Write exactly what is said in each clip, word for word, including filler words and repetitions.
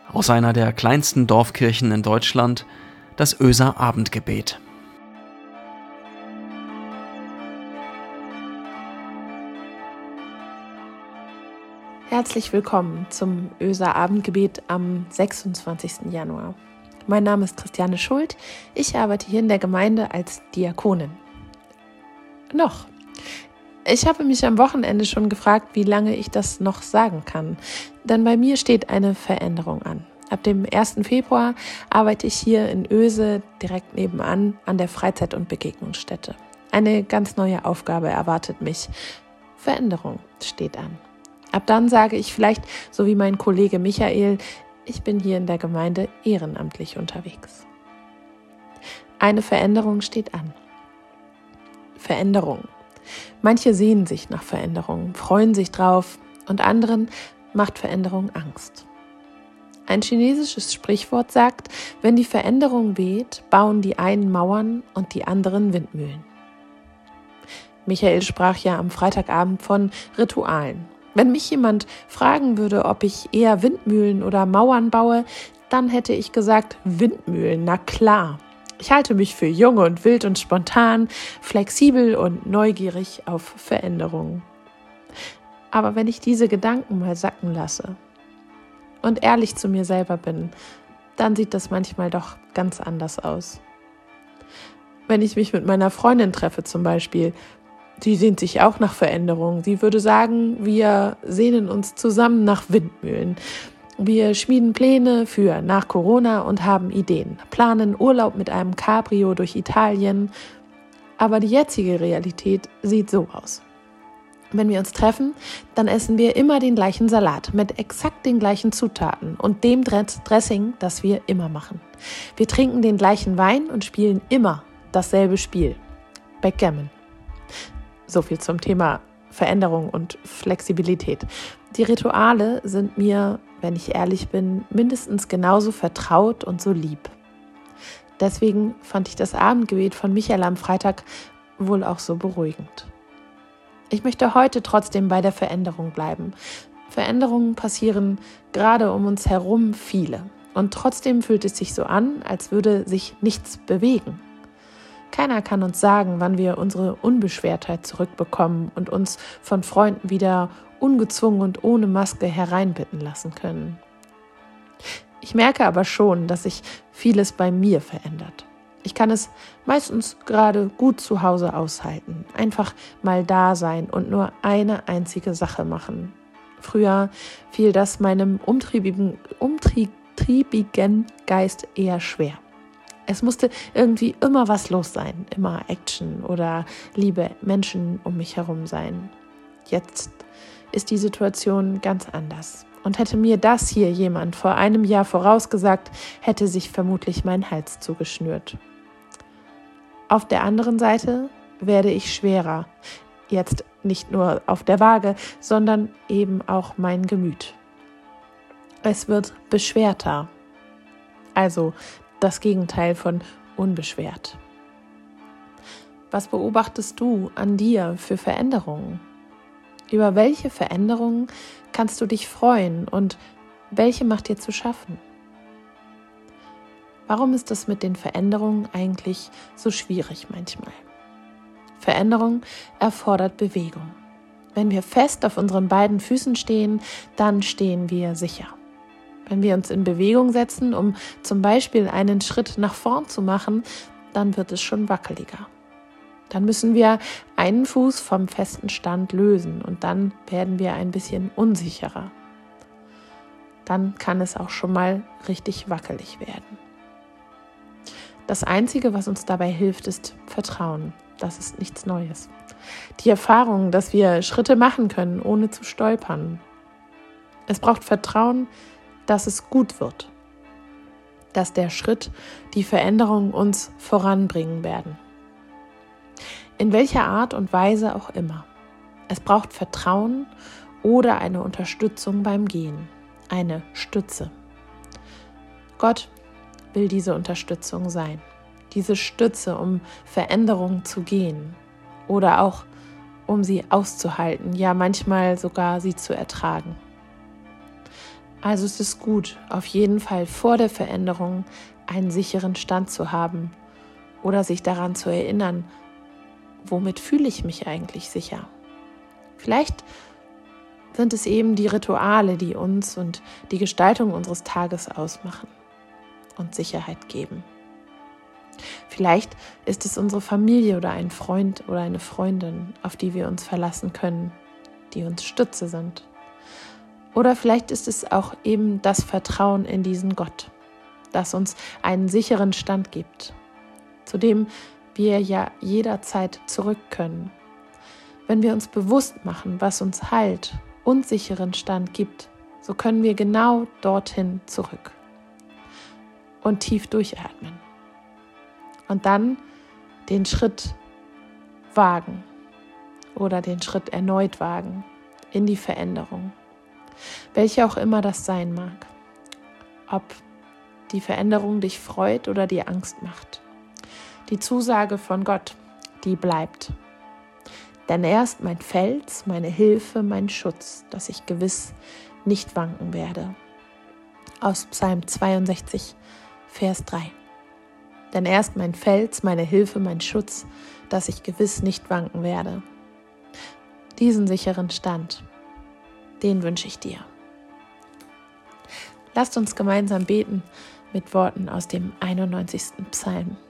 Aus einer der kleinsten Dorfkirchen in Deutschland, das Oeser Abendgebet. Herzlich willkommen zum Oeser Abendgebet am sechsundzwanzigsten Januar. Mein Name ist Christiane Schuld. Ich arbeite hier in der Gemeinde als Diakonin. Noch. Ich habe mich am Wochenende schon gefragt, wie lange ich das noch sagen kann. Denn bei mir steht eine Veränderung an. Ab dem ersten Februar arbeite ich hier in Oese direkt nebenan an der Freizeit- und Begegnungsstätte. Eine ganz neue Aufgabe erwartet mich. Veränderung steht an. Ab dann sage ich vielleicht, so wie mein Kollege Michael, ich bin hier in der Gemeinde ehrenamtlich unterwegs. Eine Veränderung steht an. Veränderung. Manche sehnen sich nach Veränderung, freuen sich drauf und anderen macht Veränderung Angst. Ein chinesisches Sprichwort sagt, wenn die Veränderung weht, bauen die einen Mauern und die anderen Windmühlen. Michael sprach ja am Freitagabend von Ritualen. Wenn mich jemand fragen würde, ob ich eher Windmühlen oder Mauern baue, dann hätte ich gesagt Windmühlen, na klar. Ich halte mich für jung und wild und spontan, flexibel und neugierig auf Veränderungen. Aber wenn ich diese Gedanken mal sacken lasse und ehrlich zu mir selber bin, dann sieht das manchmal doch ganz anders aus. Wenn ich mich mit meiner Freundin treffe zum Beispiel, sie sehnt sich auch nach Veränderung. Sie würde sagen, wir sehnen uns zusammen nach Windmühlen. Wir schmieden Pläne für nach Corona und haben Ideen, planen Urlaub mit einem Cabrio durch Italien. Aber die jetzige Realität sieht so aus. Wenn wir uns treffen, dann essen wir immer den gleichen Salat mit exakt den gleichen Zutaten und dem Dressing, das wir immer machen. Wir trinken den gleichen Wein und spielen immer dasselbe Spiel. Backgammon. So viel zum Thema Veränderung und Flexibilität. Die Rituale sind mir, wenn ich ehrlich bin, mindestens genauso vertraut und so lieb. Deswegen fand ich das Abendgebet von Michael am Freitag wohl auch so beruhigend. Ich möchte heute trotzdem bei der Veränderung bleiben. Veränderungen passieren gerade um uns herum viele. Und trotzdem fühlt es sich so an, als würde sich nichts bewegen. Keiner kann uns sagen, wann wir unsere Unbeschwertheit zurückbekommen und uns von Freunden wieder ungezwungen und ohne Maske hereinbitten lassen können. Ich merke aber schon, dass sich vieles bei mir verändert. Ich kann es meistens gerade gut zu Hause aushalten, einfach mal da sein und nur eine einzige Sache machen. Früher fiel das meinem umtriebigen, umtriebigen Geist eher schwer. Es musste irgendwie immer was los sein, immer Action oder liebe Menschen um mich herum sein. Jetzt ist die Situation ganz anders. Und hätte mir das hier jemand vor einem Jahr vorausgesagt, hätte sich vermutlich mein Hals zugeschnürt. Auf der anderen Seite werde ich schwerer. Jetzt nicht nur auf der Waage, sondern eben auch mein Gemüt. Es wird beschwerter. Also das Gegenteil von unbeschwert. Was beobachtest du an dir für Veränderungen? Über welche Veränderungen kannst du dich freuen und welche macht dir zu schaffen? Warum ist es mit den Veränderungen eigentlich so schwierig manchmal? Veränderung erfordert Bewegung. Wenn wir fest auf unseren beiden Füßen stehen, dann stehen wir sicher. Wenn wir uns in Bewegung setzen, um zum Beispiel einen Schritt nach vorn zu machen, dann wird es schon wackeliger. Dann müssen wir einen Fuß vom festen Stand lösen und dann werden wir ein bisschen unsicherer. Dann kann es auch schon mal richtig wackelig werden. Das Einzige, was uns dabei hilft, ist Vertrauen. Das ist nichts Neues. Die Erfahrung, dass wir Schritte machen können, ohne zu stolpern. Es braucht Vertrauen, dass es gut wird. Dass der Schritt, die Veränderung uns voranbringen werden. In welcher Art und Weise auch immer. Es braucht Vertrauen oder eine Unterstützung beim Gehen. Eine Stütze. Gott will diese Unterstützung sein. Diese Stütze, um Veränderungen zu gehen. Oder auch, um sie auszuhalten. Ja, manchmal sogar sie zu ertragen. Also es ist gut, auf jeden Fall vor der Veränderung einen sicheren Stand zu haben oder sich daran zu erinnern, womit fühle ich mich eigentlich sicher? Vielleicht sind es eben die Rituale, die uns und die Gestaltung unseres Tages ausmachen und Sicherheit geben. Vielleicht ist es unsere Familie oder ein Freund oder eine Freundin, auf die wir uns verlassen können, die uns Stütze sind. Oder vielleicht ist es auch eben das Vertrauen in diesen Gott, das uns einen sicheren Stand gibt, zu dem wir ja jederzeit zurück können. Wenn wir uns bewusst machen, was uns Halt und sicheren Stand gibt, so können wir genau dorthin zurück und tief durchatmen. Und dann den Schritt wagen oder den Schritt erneut wagen in die Veränderung, welche auch immer das sein mag. Ob die Veränderung dich freut oder dir Angst macht. Die Zusage von Gott, die bleibt. Denn er ist mein Fels, meine Hilfe, mein Schutz, dass ich gewiss nicht wanken werde. Aus Psalm zweiundsechzig, Vers drei. Denn er ist mein Fels, meine Hilfe, mein Schutz, dass ich gewiss nicht wanken werde. Diesen sicheren Stand, den wünsche ich dir. Lasst uns gemeinsam beten mit Worten aus dem einundneunzigsten Psalm.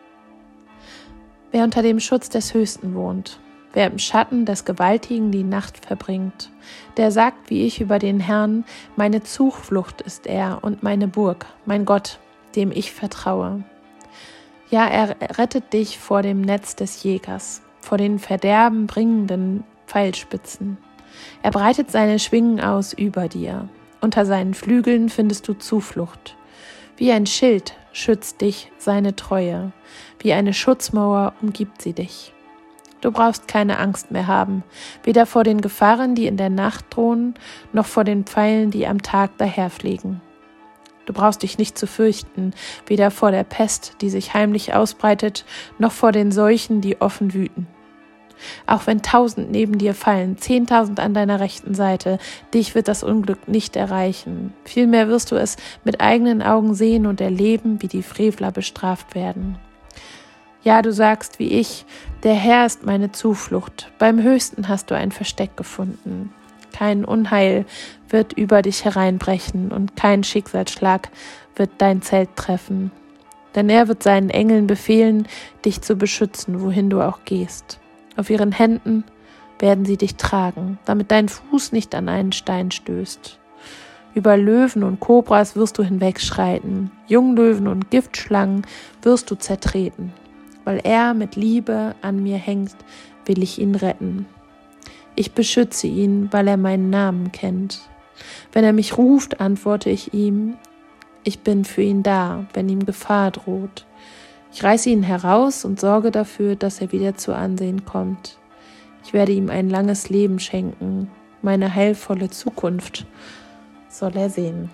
Wer unter dem Schutz des Höchsten wohnt, wer im Schatten des Gewaltigen die Nacht verbringt, der sagt wie ich über den Herrn, meine Zuflucht ist er und meine Burg, mein Gott, dem ich vertraue. Ja, er rettet dich vor dem Netz des Jägers, vor den verderbenbringenden Pfeilspitzen. Er breitet seine Schwingen aus über dir. Unter seinen Flügeln findest du Zuflucht. Wie ein Schild schützt dich seine Treue, wie eine Schutzmauer umgibt sie dich. Du brauchst keine Angst mehr haben, weder vor den Gefahren, die in der Nacht drohen, noch vor den Pfeilen, die am Tag daherfliegen. Du brauchst dich nicht zu fürchten, weder vor der Pest, die sich heimlich ausbreitet, noch vor den Seuchen, die offen wüten. Auch wenn tausend neben dir fallen, zehntausend an deiner rechten Seite, dich wird das Unglück nicht erreichen. Vielmehr wirst du es mit eigenen Augen sehen und erleben, wie die Frevler bestraft werden. Ja, du sagst wie ich, der Herr ist meine Zuflucht, beim Höchsten hast du ein Versteck gefunden. Kein Unheil wird über dich hereinbrechen und kein Schicksalsschlag wird dein Zelt treffen. Denn er wird seinen Engeln befehlen, dich zu beschützen, wohin du auch gehst. Auf ihren Händen werden sie dich tragen, damit dein Fuß nicht an einen Stein stößt. Über Löwen und Kobras wirst du hinwegschreiten, Junglöwen und Giftschlangen wirst du zertreten. Weil er mit Liebe an mir hängt, will ich ihn retten. Ich beschütze ihn, weil er meinen Namen kennt. Wenn er mich ruft, antworte ich ihm. Ich bin für ihn da, wenn ihm Gefahr droht. Ich reiße ihn heraus und sorge dafür, dass er wieder zu Ansehen kommt. Ich werde ihm ein langes Leben schenken. Meine heilvolle Zukunft soll er sehen.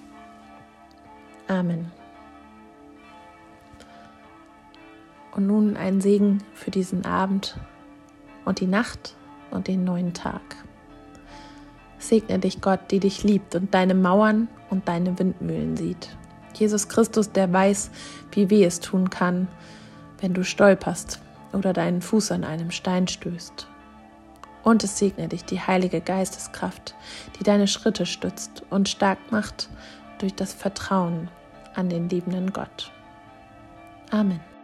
Amen. Und nun ein Segen für diesen Abend und die Nacht und den neuen Tag. Segne dich Gott, die dich liebt und deine Mauern und deine Windmühlen sieht. Jesus Christus, der weiß, wie weh es tun kann, wenn du stolperst oder deinen Fuß an einem Stein stößt. Und es segne dich die heilige Geisteskraft, die deine Schritte stützt und stark macht durch das Vertrauen an den liebenden Gott. Amen.